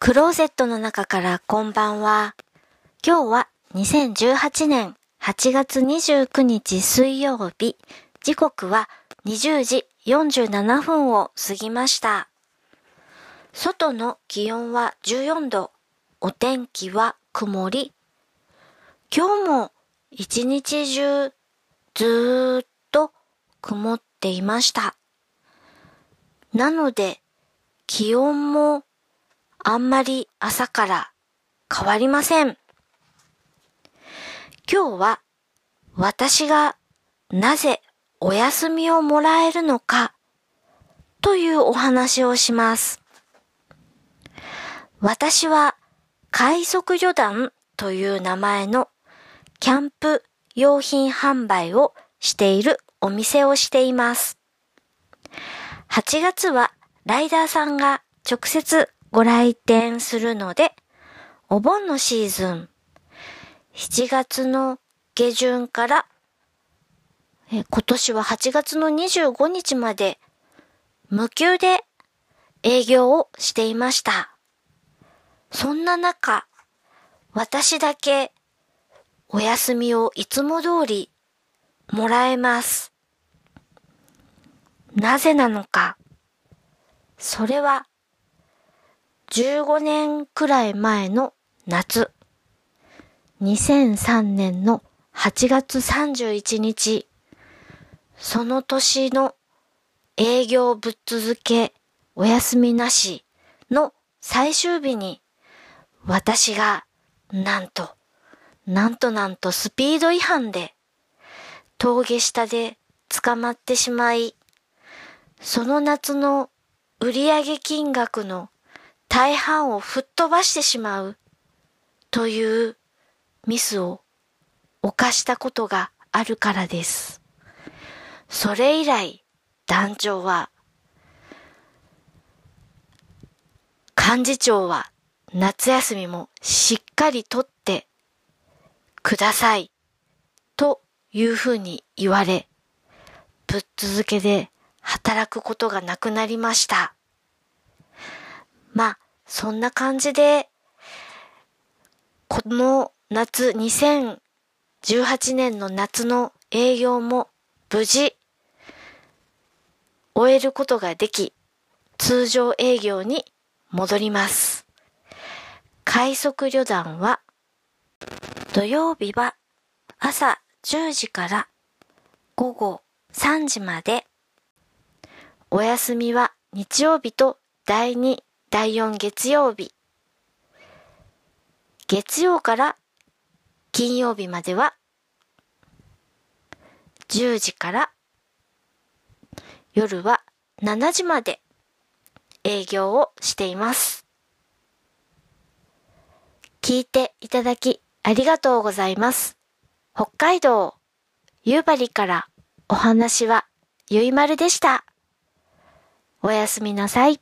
クローゼットの中からこんばんは。今日は2018年8月29日水曜日、時刻は20時47分を過ぎました。外の気温は14度、お天気は曇り。今日も一日中ずーっと曇っていました。なので気温もあんまり朝から変わりません。今日は私がなぜお休みをもらえるのかというお話をします。私は快速旅団という名前のキャンプ用品販売をしているお店をしています。8月はライダーさんが直接ご来店するので、お盆のシーズン、7月の下旬から今年は8月の25日まで無給で営業をしていました。そんな中、私だけお休みをいつも通りもらえます。なぜなのか。それは15年くらい前の夏、2003年の8月31日、その年の営業ぶっ続けお休みなしの最終日に私がなんとスピード違反で峠下で捕まってしまい、その夏の売上金額の大半を吹っ飛ばしてしまうというミスを犯したことがあるからです。それ以来団長は、幹事長は夏休みもしっかり取ってくださいというふうに言われ、ぶっ続けで働くことがなくなりました。そんな感じで、この夏、2018年の夏の営業も無事終えることができ、通常営業に戻ります。快速旅団は、土曜日は朝10時から午後3時まで、お休みは日曜日と第2、第4月曜日。月曜から金曜日までは10時から夜は7時まで営業をしています。聞いていただきありがとうございます。北海道夕張からお話はゆいまるでした。おやすみなさい。